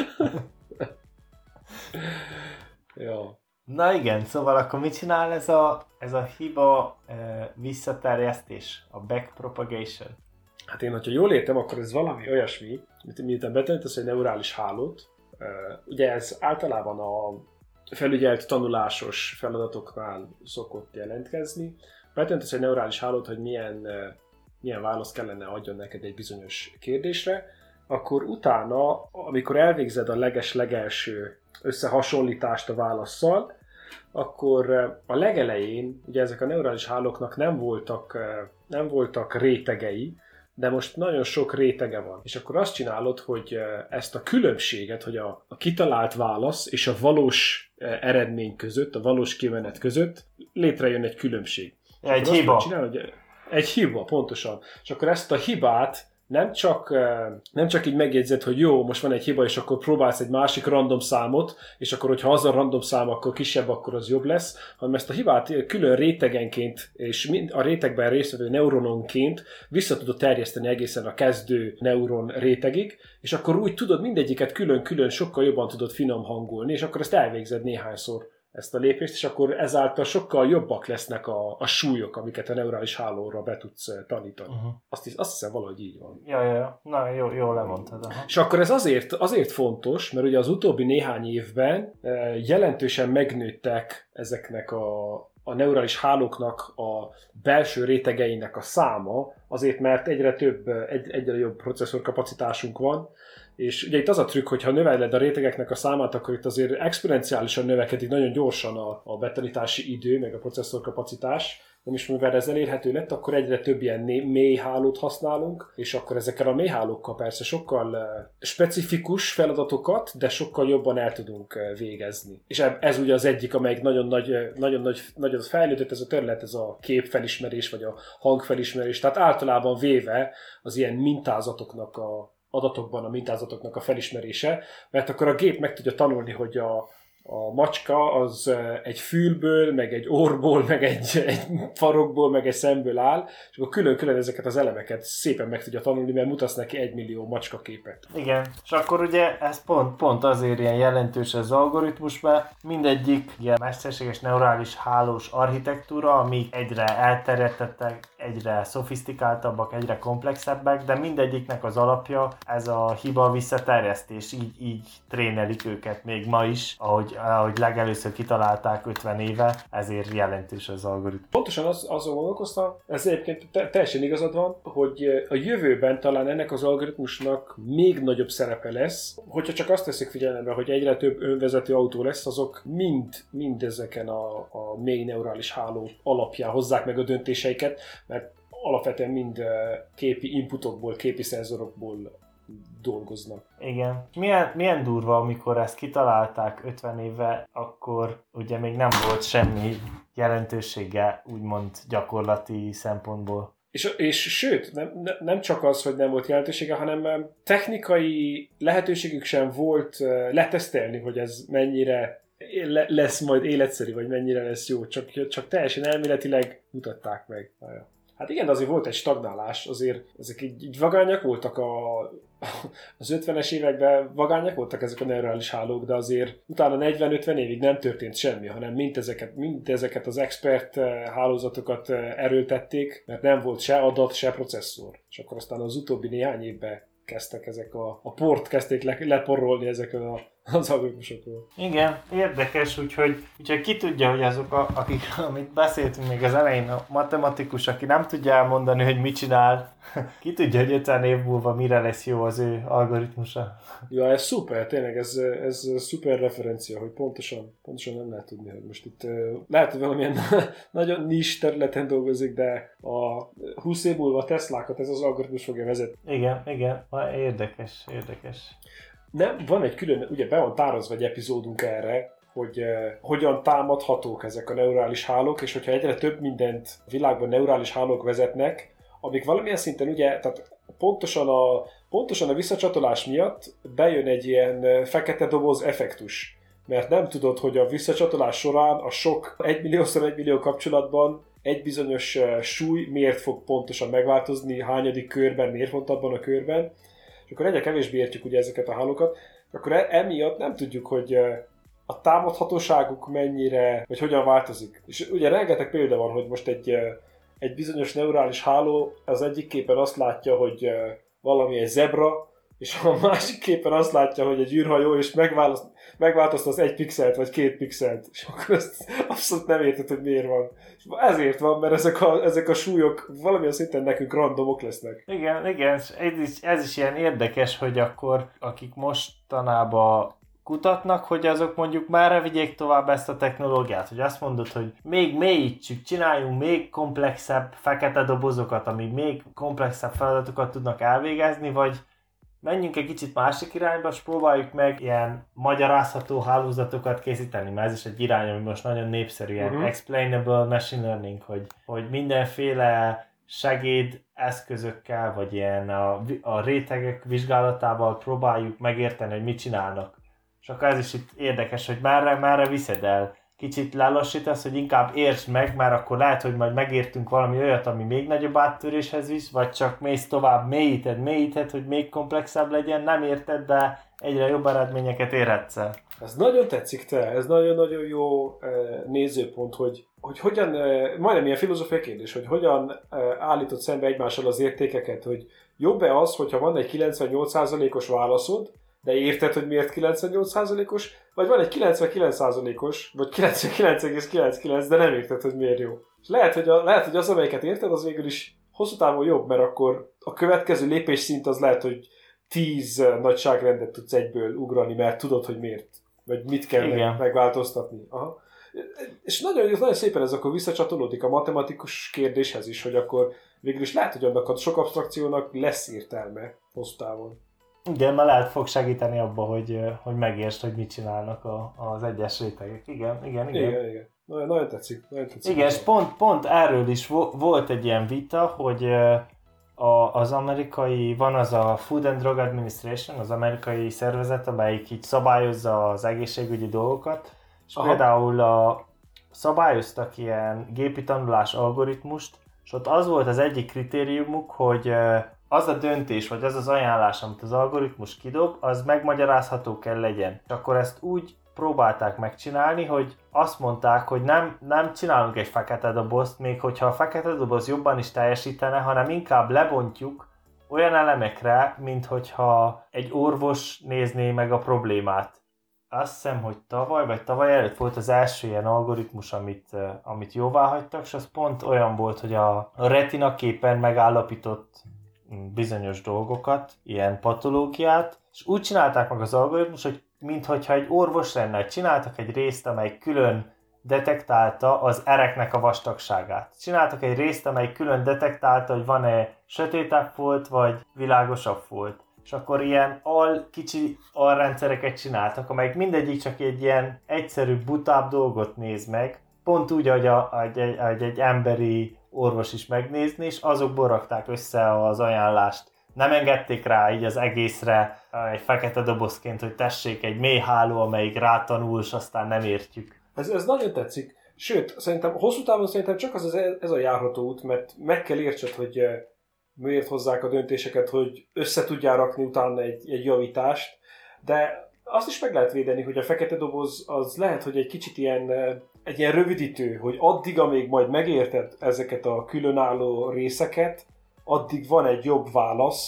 Ja. Na igen, szóval akkor mit csinál ez a hiba visszaterjesztés, a backpropagation? Hát én, hogyha jól értem, akkor ez valami olyasmi, miután betanítesz egy neurális hálót, ugye ez általában a felügyelt tanulásos feladatoknál szokott jelentkezni. Betanítesz egy neurális hálót, hogy milyen választ kellene adjon neked egy bizonyos kérdésre, akkor utána, amikor elvégzed a legelső összehasonlítást a válasszal, akkor a legelején, ugye ezek a neurális hálóknak nem voltak rétegei, de most nagyon sok rétege van. És akkor azt csinálod, hogy ezt a különbséget, hogy a kitalált válasz és a valós eredmény között, a valós kimenet között létrejön egy különbség. Egy hiba. Egy hiba, pontosan. És akkor ezt a hibát nem csak így megjegyzed, hogy jó, most van egy hiba, és akkor próbálsz egy másik random számot, és akkor, hogyha az a random szám, akkor kisebb, akkor az jobb lesz, hanem ezt a hibát külön rétegenként, és a rétegben résztvevő neurononként vissza tudod terjeszteni egészen a kezdő neuron rétegig, és akkor úgy tudod mindegyiket külön-külön sokkal jobban tudod finom hangolni, és akkor ezt elvégzed néhányszor, ezt a lépést, és akkor ezáltal sokkal jobbak lesznek a súlyok, amiket a neurális hálóra be tudsz tanítani. Uh-huh. Azt hiszem valahogy így van. Ja. Na, jó lemondtad. Aha. És akkor ez azért fontos, mert ugye az utóbbi néhány évben jelentősen megnőttek ezeknek a neurális hálóknak a belső rétegeinek a száma, azért mert egyre jobb processzorkapacitásunk van, és ugye itt az a trükk, hogy ha növeled a rétegeknek a számát, akkor itt azért exponenciálisan növekedik nagyon gyorsan a betanítási idő, meg a processzorkapacitás. Nem is mivel ez elérhető lett, akkor egyre több ilyen mély hálót használunk, és akkor ezekkel a mély hálókkal persze sokkal specifikus feladatokat, de sokkal jobban el tudunk végezni. És ez ugye az egyik, amelyik nagyon fejlődött ez a terület, ez a képfelismerés, vagy a hangfelismerés. Tehát általában véve az ilyen mintázatoknak adatokban a mintázatoknak a felismerése, mert akkor a gép meg tudja tanulni, hogy a macska az egy fülből, meg egy orrból, meg egy farokból, meg egy szemből áll, és akkor külön-külön ezeket az elemeket szépen meg tudja tanulni, mert mutatsz neki 1 millió macska képet. Igen, és akkor ugye ez pont azért ilyen jelentős az algoritmusban, mindegyik ilyen mesterséges neurális hálós architektúra, amik egyre elterjedtettek, egyre szofisztikáltabbak, egyre komplexebbek, de mindegyiknek az alapja ez a hiba visszaterjesztés, így trénelik őket még ma is, ahogy legelőször kitalálták 50 éve, ezért jelentős az algoritmus. Pontosan azon gondolkoztam, ez egyébként teljesen igazad van, hogy a jövőben talán ennek az algoritmusnak még nagyobb szerepe lesz, hogyha csak azt teszik figyelembe, hogy egyre több önvezető autó lesz, azok mind ezeken a mély neurális háló alapján hozzák meg a döntéseiket, mert alapvetően mind képi inputokból, képi szenzorokból dolgoznak. Igen. Milyen durva, amikor ezt kitalálták 50 éve, akkor ugye még nem volt semmi jelentősége, úgymond gyakorlati szempontból. És sőt, nem csak az, hogy nem volt jelentősége, hanem technikai lehetőségük sem volt letesztelni, hogy ez mennyire lesz majd életszerű, vagy mennyire lesz jó, csak teljesen elméletileg mutatták meg. Hát igen, de azért volt egy stagnálás, azért ezek így vagányak voltak az 50-es években vagányak voltak ezek a neurális hálók, de azért utána 40-50 évig nem történt semmi, hanem mind ezeket az expert hálózatokat erőltették, mert nem volt se adat, se processzor. És akkor aztán az utóbbi néhány évben kezdtek ezek a port kezdték leporolni ezeken az algoritmusokról. Igen, érdekes, úgyhogy ki tudja, hogy azok, akik, amit beszéltünk még az elején, a matematikus, aki nem tudja elmondani, hogy mit csinál, ki tudja, hogy 50 év múlva mire lesz jó az ő algoritmusa. Ja, ez szuper, tényleg ez szuper referencia, hogy pontosan nem lehet tudni, hogy most itt lehet, hogy valamilyen nagyon nis területen dolgozik, de a 20 év múlva a Teslákat ez az algoritmus fogja vezetni. Igen, érdekes. Nem, van egy külön, ugye be van tározva egy epizódunk erre, hogy hogyan támadhatók ezek a neurális hálók, és hogyha egyre több mindent a világban neurális hálók vezetnek, amik valamilyen szinten ugye, tehát pontosan a visszacsatolás miatt bejön egy ilyen fekete doboz effektus. Mert nem tudod, hogy a visszacsatolás során a sok 1 milliószor 1 millió kapcsolatban egy bizonyos súly miért fog pontosan megváltozni, hányadik körben, miért pont abban a körben, és akkor egyre kevésbé értjük ugye ezeket a hálókat, akkor emiatt nem tudjuk, hogy a támadhatóságuk mennyire, vagy hogyan változik. És ugye rengeteg példa van, hogy most egy bizonyos neurális háló az egyik képen azt látja, hogy valami egy zebra, és a másik képen azt látja, hogy egy űrhajó, és megváltozta az 1 pixelt, vagy 2 pixelt. És akkor ezt abszolút nem érted, hogy miért van. És ezért van, mert ezek a súlyok valamilyen szinten nekünk randomok lesznek. Igen, ez is ilyen érdekes, hogy akkor akik mostanában kutatnak, hogy azok mondjuk már vigyék tovább ezt a technológiát, hogy azt mondod, hogy még mélyítsük, csináljunk még komplexebb fekete dobozokat, ami még komplexebb feladatokat tudnak elvégezni, vagy menjünk egy kicsit másik irányba, és próbáljuk meg ilyen magyarázható hálózatokat készíteni, mert ez is egy irány, ami most nagyon népszerű, ilyen explainable machine learning, hogy mindenféle segéd eszközökkel, vagy ilyen a rétegek vizsgálatával próbáljuk megérteni, hogy mit csinálnak. És akkor ez is itt érdekes, hogy merre viszed el. Kicsit lelassítasz, hogy inkább értsd meg, mert akkor lehet, hogy majd megértünk valami olyat, ami még nagyobb áttöréshez visz, vagy csak mész tovább, mélyíted, hogy még komplexebb legyen, nem érted, de egyre jobb eredményeket érhetsz el. Ez nagyon tetszik ez nagyon-nagyon jó nézőpont, hogy hogyan, majdnem ilyen filozófiai kérdés, hogy hogyan állítod szembe egymással az értékeket, hogy jobb-e az, hogyha van egy 98%-os válaszod, de érted, hogy miért 98%-os, vagy van egy 99%-os, vagy 99,99, de nem érted, hogy miért jó. És lehet, hogy az, amelyiket érted, az végül is hosszú távon jobb, mert akkor a következő lépésszint az lehet, hogy 10 nagyságrendet tudsz egyből ugrani, mert tudod, hogy miért, vagy mit kell megváltoztatni. Aha. És nagyon szépen ez akkor visszacsatolódik a matematikus kérdéshez is, hogy akkor végül is lehet, hogy annak a sok abstrakciónak lesz értelme hosszú távon. Igen, mert lehet fog segíteni abba, hogy megértsd, hogy mit csinálnak az egyes rétegek. Igen. Nagyon tetszik. Igen, és pont erről is volt egy ilyen vita, hogy az amerikai, van az a Food and Drug Administration, az amerikai szervezet, amelyik így szabályozza az egészségügyi dolgokat, és például szabályoztak ilyen gépi tanulás algoritmust, és ott az volt az egyik kritériumuk, hogy az a döntés, vagy az az ajánlás, amit az algoritmus kidob, az megmagyarázható kell legyen. És akkor ezt úgy próbálták megcsinálni, hogy azt mondták, hogy nem csinálunk egy fekete dobozt, még hogyha a fekete doboz jobban is teljesítene, hanem inkább lebontjuk olyan elemekre, mint hogyha egy orvos nézné meg a problémát. Azt hiszem, hogy tavaly előtt volt az első ilyen algoritmus, amit jóvá hagytak, és az pont olyan volt, hogy a retina képen megállapított bizonyos dolgokat, ilyen patológiát, és úgy csinálták meg az algoritmus, hogy minthogyha egy orvos lenne, csináltak egy részt, amely külön detektálta az ereknek a vastagságát. Csináltak egy részt, amely külön detektálta, hogy van-e sötétebb folt, vagy világosabb folt. És akkor ilyen kicsi alrendszereket csináltak, amelyek mindegyik csak egy ilyen egyszerű, butább dolgot néz meg, pont úgy, ahogy egy emberi orvos is megnézni, és azokból rakták össze az ajánlást. Nem engedték rá így az egészre egy fekete dobozként, hogy tessék egy mély háló, amelyik rátanul, és aztán nem értjük. Ez nagyon tetszik. Sőt, szerintem hosszú távon csak ez a járható út, mert meg kell értsed, hogy miért hozzák a döntéseket, hogy össze tudjál rakni utána egy javítást, de azt is meg lehet védeni, hogy a fekete doboz az lehet, hogy egy kicsit egy ilyen rövidítő, hogy addig, amíg majd megérted ezeket a különálló részeket, addig van egy jobb válasz,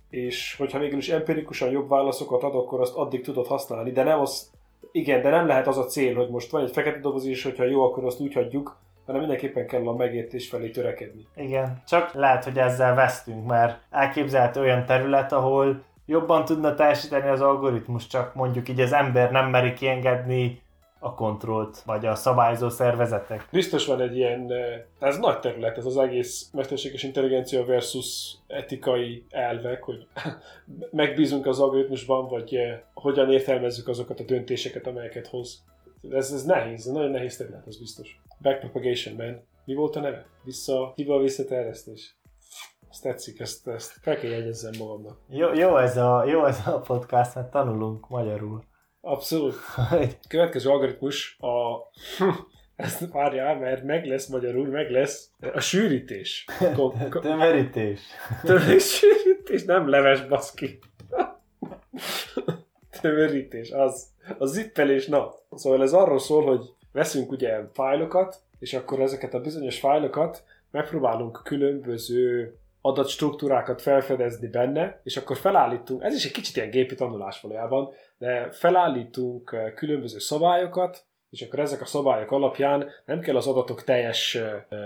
és hogyha végül empirikusan jobb válaszokat ad, akkor azt addig tudod használni, de nem az, igen, de nem lehet az a cél, hogy most van egy fekete doboz is, hogyha jó, akkor azt úgy hagyjuk, hanem mindenképpen kell a megértés felé törekedni. Igen, csak lehet, hogy ezzel vesztünk, mert elképzelhető olyan terület, ahol jobban tudna teljesíteni az algoritmus, csak mondjuk így az ember nem meri kiengedni a kontrollt, vagy a szabályozó szervezetek. Biztos van egy ilyen, ez nagy terület, ez az egész mesterséges intelligencia versus etikai elvek, hogy megbízunk az algoritmusban, vagy hogyan értelmezzük azokat a döntéseket, amelyeket hoz. Ez nehéz, ez nagyon nehéz terület, az biztos. Backpropagation, man. Mi volt a neve? Hiba visszaterjesztés. Ezt tetszik, ezt fel kell jegyezzem magamnak. Jó ez a podcast, mert tanulunk magyarul. Abszolút. Következő algoritmus ezt várjál, mert meg lesz magyarul, meg lesz a sűrítés. Tömörítés. Sűrítés, nem leves, baszki. Tömörítés, a zippelés, na. Szóval ez arról szól, hogy veszünk ugye fájlokat, és akkor ezeket a bizonyos fájlokat megpróbálunk különböző adatstruktúrákat felfedezni benne, és akkor felállítunk, ez is egy kicsit ilyen gépi tanulás valójában, de felállítunk különböző szabályokat, és akkor ezek a szabályok alapján nem kell az adatok teljes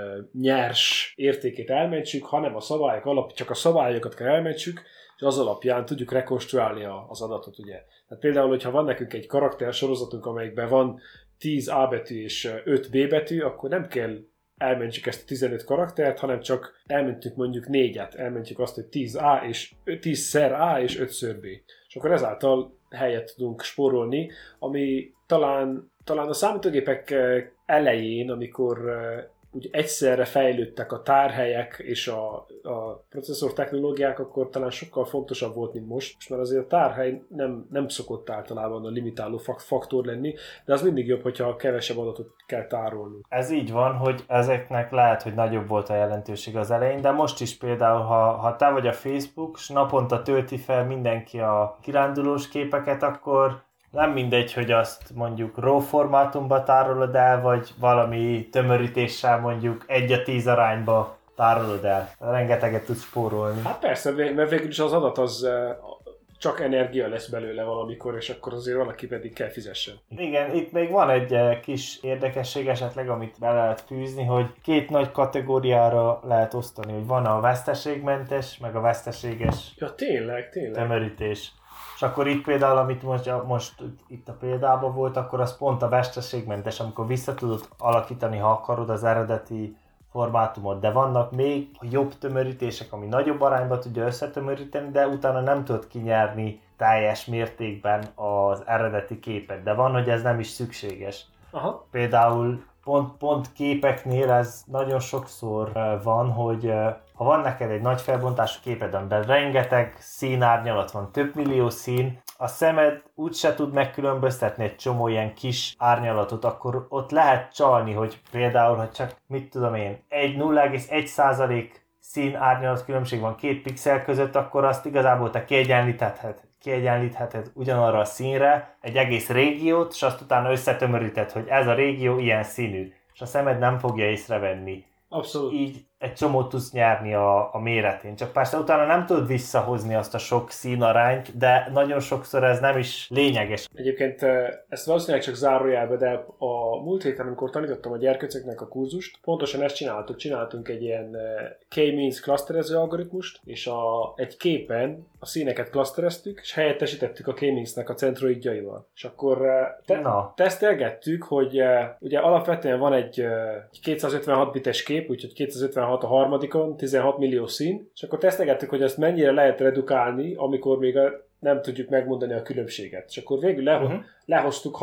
nyers értékét elmentsük, hanem csak a szabályokat kell elmentsük, és az alapján tudjuk rekonstruálni az adatot, ugye. Tehát például, hogyha van nekünk egy karaktersorozatunk, amelyikben van 10 A betű és 5 B betű, akkor nem kell elmentsük ezt a 15 karaktert, hanem csak elmentünk mondjuk 4-et, elmentjük azt, hogy 10A és 10-szer A és 5-ször B. És akkor ezáltal helyet tudunk spórolni, ami talán a számítógépek elején, amikor úgy egyszerre fejlődtek a tárhelyek és a processzor technológiák, akkor talán sokkal fontosabb volt, mint most. Mert azért a tárhely nem szokott általában a limitáló faktor lenni, de az mindig jobb, hogyha kevesebb adatot kell tárolni. Ez így van, hogy ezeknek lehet, hogy nagyobb volt a jelentőség az elején, de most is például, ha te vagy a Facebook, és naponta tölti fel mindenki a kirándulós képeket, akkor nem mindegy, hogy azt mondjuk RAW formátumba tárolod el, vagy valami tömörítéssel mondjuk 1:10 arányba tárolod el. Rengeteget tudsz spórolni. Hát persze, mert végül is az adat az csak energia lesz belőle valamikor, és akkor azért valaki pedig kell fizessen. Igen, itt még van egy kis érdekesség esetleg, amit be lehet fűzni, hogy 2 nagy kategóriára lehet osztani, hogy van a veszteségmentes, meg a veszteséges tényleg. tömörítés. És akkor itt például, amit most itt a példában volt, akkor az pont a veszteségmentes, amikor vissza tudod alakítani, ha akarod, az eredeti formátumot, de vannak még jobb tömörítések, ami nagyobb arányba tudja összetömöríteni, de utána nem tudod kinyerni teljes mértékben az eredeti képet, de van, hogy ez nem is szükséges. Aha. Például pont képeknél ez nagyon sokszor van, hogy ha van neked egy nagy felbontású képed, amiben rengeteg színárnyalat van, több millió szín, a szemed úgyse tud megkülönböztetni egy csomó ilyen kis árnyalatot, akkor ott lehet csalni, hogy például, ha csak mit tudom én, 0,1% szín árnyalat különbség van 2 pixel között, akkor azt igazából te kiegyenlítheted ugyanarra a színre egy egész régiót, és azt utána összetömöríted, hogy ez a régió ilyen színű, és a szemed nem fogja észrevenni. Abszolút. Így egy csomót tudsz nyerni a méretén. Csak persze utána nem tudod visszahozni azt a sok színarányt, de nagyon sokszor ez nem is lényeges. Egyébként ezt valószínűleg csak zárójelbe, de a múlt héten, amikor tanítottam a gyerkőcöknek a kurzust, pontosan ezt csináltunk egy ilyen K-means klaszterező algoritmust, és egy képen a színeket klasztereztük, és helyettesítettük a K-means-nek a centroidjaival. És akkor tesztelgettük, hogy ugye alapvetően van egy 256 bites kép, úgyhogy 256 a harmadikon, 16 millió szín, és akkor tesztelgettük, hogy ezt mennyire lehet redukálni, amikor még nem tudjuk megmondani a különbséget. És akkor végül lehoztuk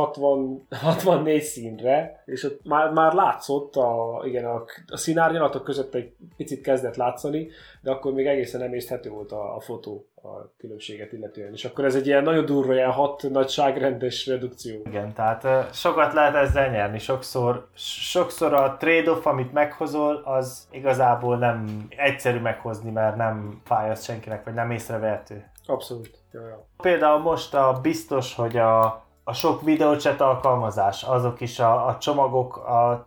64 színre, és ott már látszott, a színárnyalatok között egy picit kezdett látszani, de akkor még egészen emészthető volt a fotó a különbséget illetően. És akkor ez egy ilyen nagyon durva, ilyen 6 nagyságrendes redukció. Igen, tehát sokat lehet ezzel nyerni. Sokszor a trade-off, amit meghozol, az igazából nem egyszerű meghozni, mert nem fáj az senkinek, vagy nem észrevehető. Abszolút. Jó. Például most biztos, hogy a sok videóchat alkalmazás, azok is a csomagok a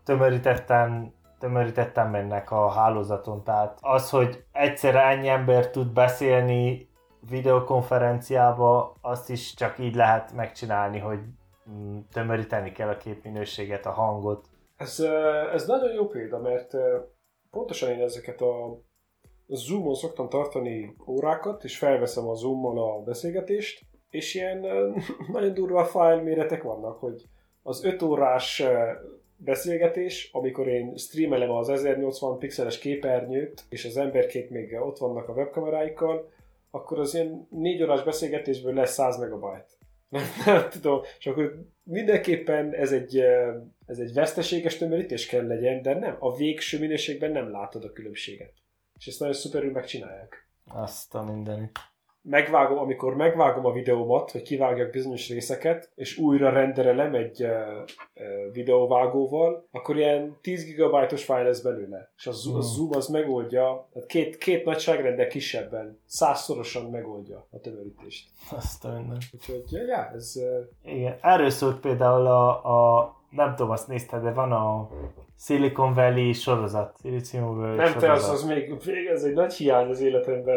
tömörítetten mennek a hálózaton. Tehát az, hogy egyszerre ennyi ember tud beszélni videokonferenciába azt is csak így lehet megcsinálni, hogy tömöríteni kell a képminőséget, a hangot. Ez nagyon jó példa, mert pontosan én ezeket a Zoom-on szoktam tartani órákat, és felveszem a Zoom-on a beszélgetést, és ilyen nagyon durva file méretek vannak, hogy az 5 órás beszélgetés, amikor én streamelem az 1080 pixeles képernyőt, és az emberkék még ott vannak a webkameráikkal, akkor az ilyen 4 órás beszélgetésből lesz 100 megabyte. Nem tudom, és akkor mindenképpen ez egy veszteséges tömörítés kell legyen, de nem, a végső minőségben nem látod a különbséget. És ezt nagyon szuperül megcsinálják. Azt a mindenit. Amikor megvágom a videómat, hogy kivágjak bizonyos részeket, és újra renderelem egy videóvágóval, akkor ilyen 10 GB-os fájl lesz belőle. És a Zoom az megoldja, két nagyságrendel kisebben, 100-szorosan megoldja a tömörítést. Azt a mindenit. Úgyhogy, ja, ez... Igen, erről szólt például nem tudom, azt nézted, de van a Silicon Valley sorozat. Nem te, az még ez egy nagy hiány az életemben,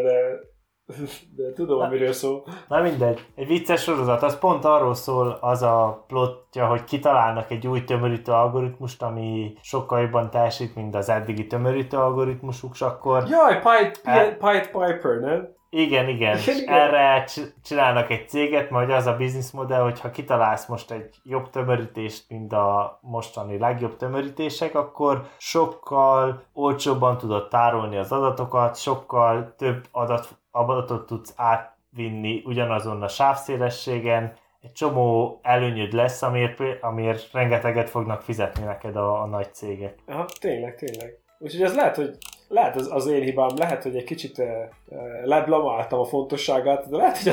de tudom, amiről szól. Na mindegy. Egy vicces sorozat, az pont arról szól az a plotja, hogy kitalálnak egy új tömörítő algoritmust, ami sokkal jobban teljesít, mint az eddigi tömörítő algoritmusuk, és akkor... Jaj, Pied Piper, nem? Igen. Erre csinálnak egy céget, majd az a bizniszmodell, hogyha kitalálsz most egy jobb tömörítést, mint a mostani legjobb tömörítések, akkor sokkal olcsóbban tudod tárolni az adatokat, sokkal több adatot tudsz átvinni ugyanazon a sávszélességen, egy csomó előnyöd lesz, amiért rengeteget fognak fizetni neked a nagy cégek. Aha, tényleg. Úgyhogy ez lehet az én hibám, lehet, hogy egy kicsit leblamáltam a fontosságát, de lehet, hogy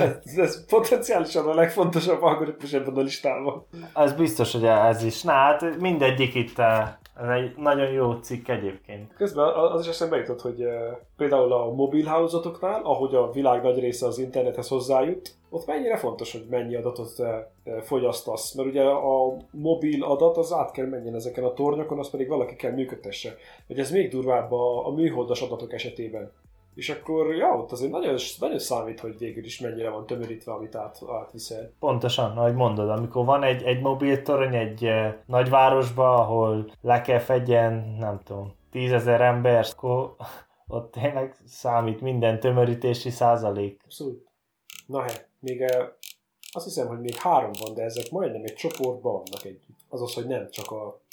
ez potenciálisan a legfontosabb algoritmus ebben a listában. Ez biztos, hogy ez is. Na hát mindegyik itt ez egy nagyon jó cikk egyébként. Közben az is eszembe jutott, hogy például a mobil hálózatoknál, ahogy a világ nagy része az internethez hozzájut, ott mennyire fontos, hogy mennyi adatot fogyasztasz. Mert ugye a mobil adat az át kell menjen ezeken a tornyokon, azt pedig valaki kell működtesse. Vagy ez még durvább a műholdas adatok esetében. És akkor, ott azért nagyon számít, hogy végül is mennyire van tömörítve, amit átviszel. Pontosan, ahogy mondod, amikor van egy mobiltorony egy nagyvárosba, ahol le kell fedjen, nem tudom, 10 000 ember, akkor ott tényleg számít minden tömörítési százalék. Abszolút. Na még azt hiszem, hogy még 3 van, de ezek majdnem egy csoportban vannak együtt. Azaz, hogy nem csak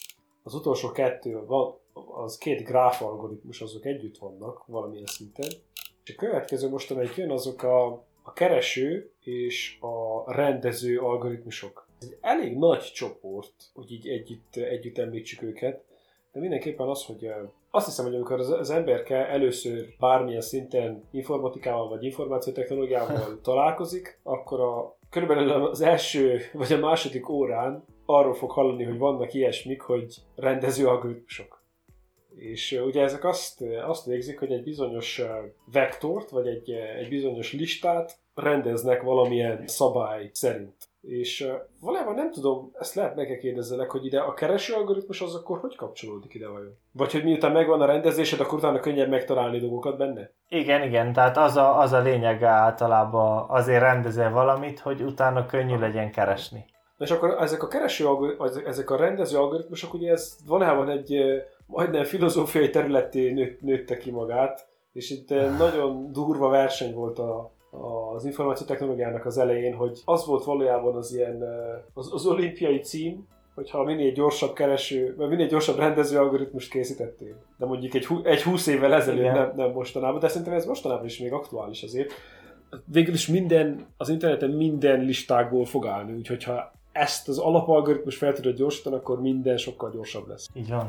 az utolsó 2 van, az 2 gráf algoritmus, azok együtt vannak valamilyen szinten. És a következő most, amelyik jön, azok a kereső és a rendező algoritmusok. Ez egy elég nagy csoport, hogy így együtt említsük őket, de mindenképpen az, hogy azt hiszem, hogy amikor az emberke először bármilyen szinten informatikával vagy információtechnológiával találkozik, akkor körülbelül az első vagy a második órán arról fog hallani, hogy vannak ilyesmik, hogy rendező algoritmusok. És ugye ezek azt végzik, hogy egy bizonyos vektort, vagy egy bizonyos listát rendeznek valamilyen szabály szerint. És valójában nem tudom, ezt lehet megkérdezzelek, hogy ide a kereső algoritmus az akkor hogy kapcsolódik ide vajon? Vagy hogy miután megvan a rendezésed, akkor utána könnyebb megtalálni dolgokat benne? Igen, tehát az a lényeg általában azért rendezel valamit, hogy utána könnyű legyen keresni. És akkor ezek a rendező algoritmusok, ugye ez valójában egy majdnem filozófiai területté nőtte ki magát, és itt nagyon durva verseny volt az információtechnológiának az elején, hogy az volt valójában az ilyen az olimpiai cím, hogyha minél gyorsabb minél gyorsabb rendező algoritmust készítettél. De mondjuk egy 20 évvel ezelőtt, nem mostanában, de szerintem ez mostanában is még aktuális azért. Végül is az interneten minden listákból fog állni, úgyhogy ha ezt az alapalgoritmus fel tudod gyorsítani, akkor minden sokkal gyorsabb lesz. Így van.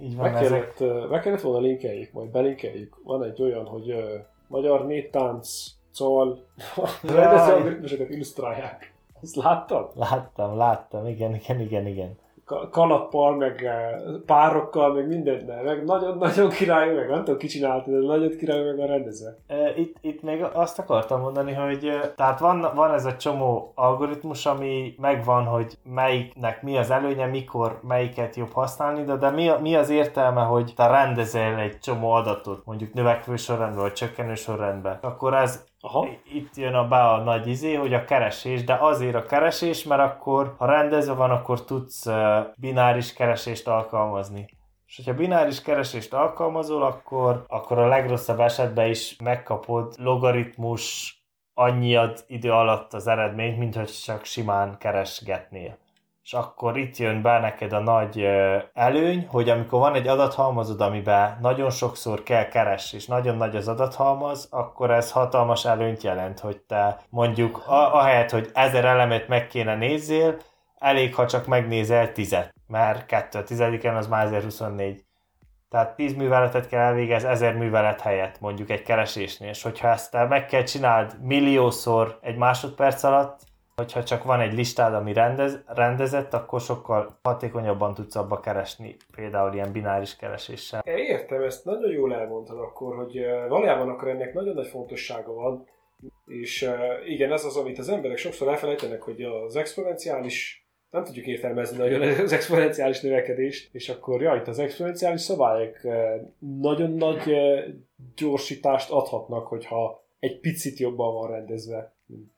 Meg kellett volna linkeljük, majd belinkeljük. Van egy olyan, hogy magyar névtánc, szóval rendező algoritmusokat illusztrálják. Ezt láttad? Láttam, igen. Kalappal, meg párokkal, meg mindennel, meg nagyon király, meg nem tudom ki csinálta, de nagyon király meg a rendezve. Itt még azt akartam mondani, hogy tehát van ez a csomó algoritmus, ami megvan, hogy melyiknek mi az előnye, mikor melyiket jobb használni, de mi az értelme, hogy te rendezel egy csomó adatot, mondjuk növekvő sorrendben, vagy csökkenő sorrendben, akkor ez Itt jön be a nagy hogy a keresés, de azért a keresés, mert akkor, ha rendezve van, akkor tudsz bináris keresést alkalmazni. És hogyha bináris keresést alkalmazol, akkor a legrosszabb esetben is megkapod logaritmus annyi idő alatt az eredményt, mint hogy csak simán keresgetnél. És akkor itt jön be neked a nagy előny, hogy amikor van egy adathalmazod, amiben nagyon sokszor kell keresni, és nagyon nagy az adathalmaz, akkor ez hatalmas előnyt jelent, hogy te mondjuk ahelyett, hogy 1000 elemet meg kéne nézzél, elég, ha csak megnézel 10-et, mert 2 a 10-en az már 1024. Tehát 10 műveletet kell elvégezni 1000 művelet helyett mondjuk egy keresésnél, és hogyha ezt meg kell csináld milliószor egy másodperc alatt, hogyha csak van egy listád, ami rendezett, akkor sokkal hatékonyabban tudsz abba keresni, például ilyen bináris kereséssel. Értem, ezt nagyon jól elmondtad akkor, hogy valójában akkor ennek nagyon nagy fontossága van, és igen, ez az, amit az emberek sokszor elfelejtenek, hogy az exponenciális, nem tudjuk értelmezni nagyon az exponenciális növekedést, és akkor itt az exponenciális szabályok nagyon nagy gyorsítást adhatnak, hogyha egy picit jobban van rendezve.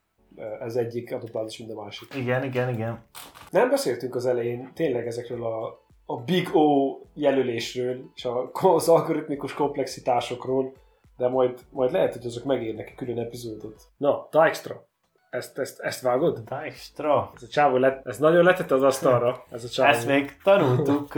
Ez egyik adatbázis, mint a másik. Igen. Nem beszéltünk az elején tényleg ezekről a Big O jelölésről, és az algoritmikus komplexitásokról, de majd lehet, hogy azok megérnek egy külön epizódot. Na, Dijkstra. Ezt vágod? Dijkstra. Ez a csávó, ez nagyon letette az asztalra. Ez a csávó. Ezt még tanultuk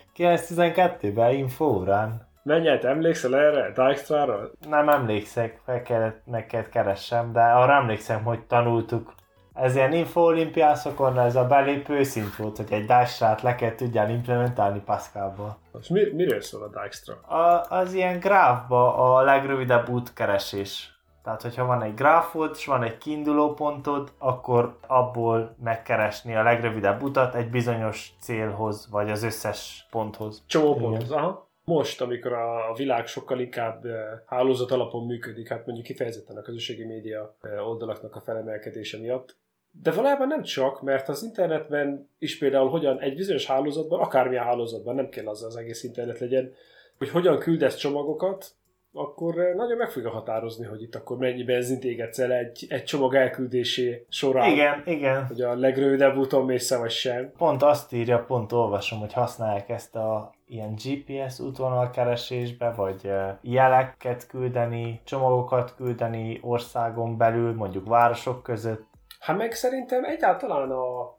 912-ben infórán. Mennyit, emlékszel erre? Dijkstrára? Nem emlékszek, meg kellett keressem, de arra emlékszem, hogy tanultuk. Ez ilyen infoolimpiászokon, ez a belépő szint volt, hogy egy Dijkstrát le kell tudjál implementálni Pascalba. És miről szól a Dijkstra? Az ilyen gráfba a legrövidebb útkeresés. Tehát, hogyha van egy gráfod, és van egy kiinduló pontod, akkor abból megkeresni a legrövidebb utat egy bizonyos célhoz, vagy az összes ponthoz. Csomó ponthoz, aha. Most, amikor a világ sokkal inkább hálózat alapon működik, hát mondjuk kifejezetten a közösségi média oldalaknak a felemelkedése miatt, de valójában nem csak, mert az internetben is például hogyan egy bizonyos hálózatban, akármilyen hálózatban, nem kell az egész internet legyen, hogy hogyan küldesz csomagokat, akkor nagyon meg fogja határozni, hogy itt akkor mennyi benzint égetsz el egy csomag elküldésé során. Igen. Hogy a legrövidebb úton mész vagy sem. Pont azt írja, pont olvasom, hogy használják ezt a ilyen GPS útvonalkeresésbe, vagy jeleket küldeni, csomagokat küldeni országon belül, mondjuk városok között. Hát meg szerintem egyáltalán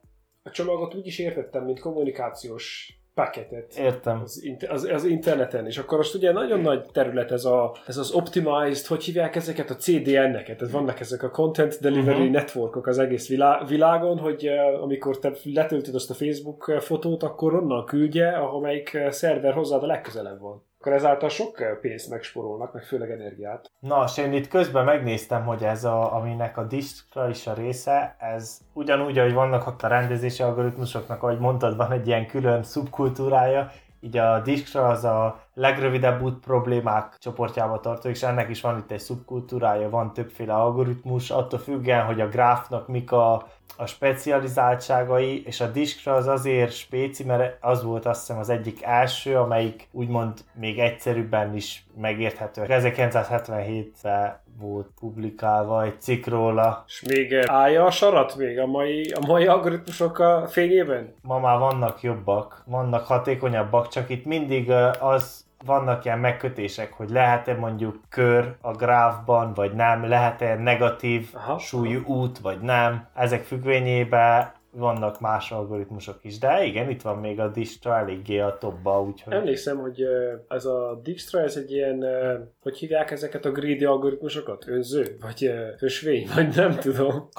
a csomagot úgy is értettem, mint kommunikációs paketet. Értem. Az interneten. És akkor most ugye nagyon nagy terület ez az optimized, hogy hívják ezeket a CDN-eket. Tehát vannak ezek a Content Delivery Networkok az egész világon, hogy amikor te letöltöd azt a Facebook fotót, akkor onnan küldje, amelyik szerver hozzád a legközelebb van. Akkor ezáltal sok pénzt megspórolnak, meg főleg energiát. Na, és én itt közben megnéztem, hogy ez aminek a Dijkstra is a része, ez ugyanúgy, ahogy vannak a rendezési algoritmusoknak, ahogy mondtad, van egy ilyen külön szubkultúrája, így a Dijkstra az a legrövidebb út problémák csoportjába tartozik, és ennek is van itt egy szubkultúrája, van többféle algoritmus, attól függően, hogy a gráfnak mik a specializáltságai, és a Dijkstra az azért spéci, mert az volt azt hiszem az egyik első, amelyik úgymond még egyszerűbben is megérthető. 1977-ben volt publikálva egy cikk róla. És még állja a sarat még a mai algoritmusok a fényében? Ma már vannak jobbak, vannak hatékonyabbak, csak itt mindig vannak ilyen megkötések, hogy lehet-e mondjuk kör a gráfban, vagy nem, lehet-e negatív súlyú út, vagy nem. Ezek függvényében vannak más algoritmusok is, de igen, itt van még a Dijkstra eléggé a topba, úgyhogy... Emlékszem, hogy ez a Dijkstra, ez egy ilyen, hogy hívják ezeket a greedy algoritmusokat? Önző? Vagy ösvény? Vagy nem tudom.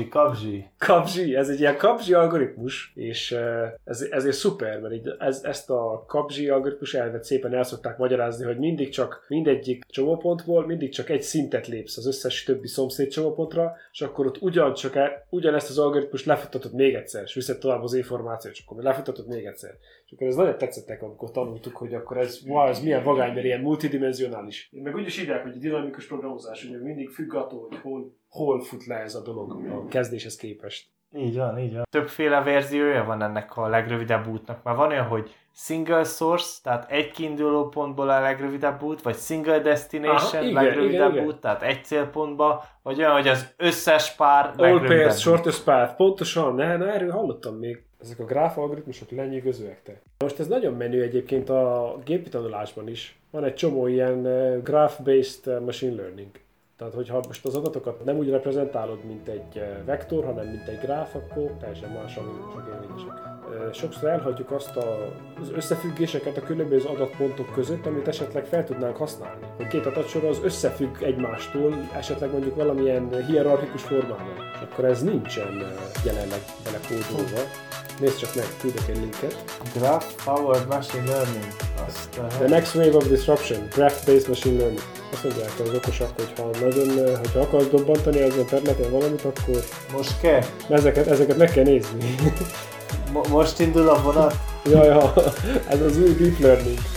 Kabzsi. Ez egy ilyen kabzsi algoritmus, és ezért szuper, mert így ezt a kabzsi algoritmus elvet szépen el szokták magyarázni, hogy mindegyik csomópontból mindig csak egy szintet lépsz az összes többi szomszéd csomópontra, és akkor ott ugyanezt az algoritmust lefuttatod még egyszer, és viszed tovább az információt, és akkor lefuttatod még egyszer. És akkor ez nagyon tetszett, amikor tanultuk, hogy akkor ez milyen vagány, mert ilyen multidimensionális. Meg úgy is hívják, hogy dinamikus programozás, hogy mindig függ attól, hogy hol fut le ez a dolog a kezdéshez képest. Így van, így van. Többféle verziója van ennek a legrövidebb útnak. Már van olyan, hogy single source, tehát egy kiinduló pontból a legrövidebb út, vagy single destination, igen, legrövidebb igen. út, tehát egy célpontba, vagy olyan, hogy az összes pár All legrövidebb pairs, út. shortest path, pontosan, erről hallottam még. Ezek a gráf algoritmusok lenyűgözőek te. Most ez nagyon menő egyébként a gépi tanulásban is. Van egy csomó ilyen graph-based machine learning. Tehát, hogyha most az adatokat nem úgy reprezentálod, mint egy vektor, hanem mint egy gráf, akkor teljesen másak érvényesek. Sokszor elhagyjuk azt az összefüggéseket a különböző adatpontok között, amit esetleg fel tudnánk használni. Hogy két adatsor az összefügg egymástól, esetleg mondjuk valamilyen hierarchikus formában. És akkor ez nincsen jelenleg belekódolva. Nézd csak meg, küldök egy linket. Graph Powered Machine Learning. The next wave of disruption, graph-based machine learning. Azt mondják az okosak, hogyha akarsz dobbantani az interneten valamit, akkor Most kell? ezeket meg kell nézni. Most indul a vonat? Ja, ez az új deep learning.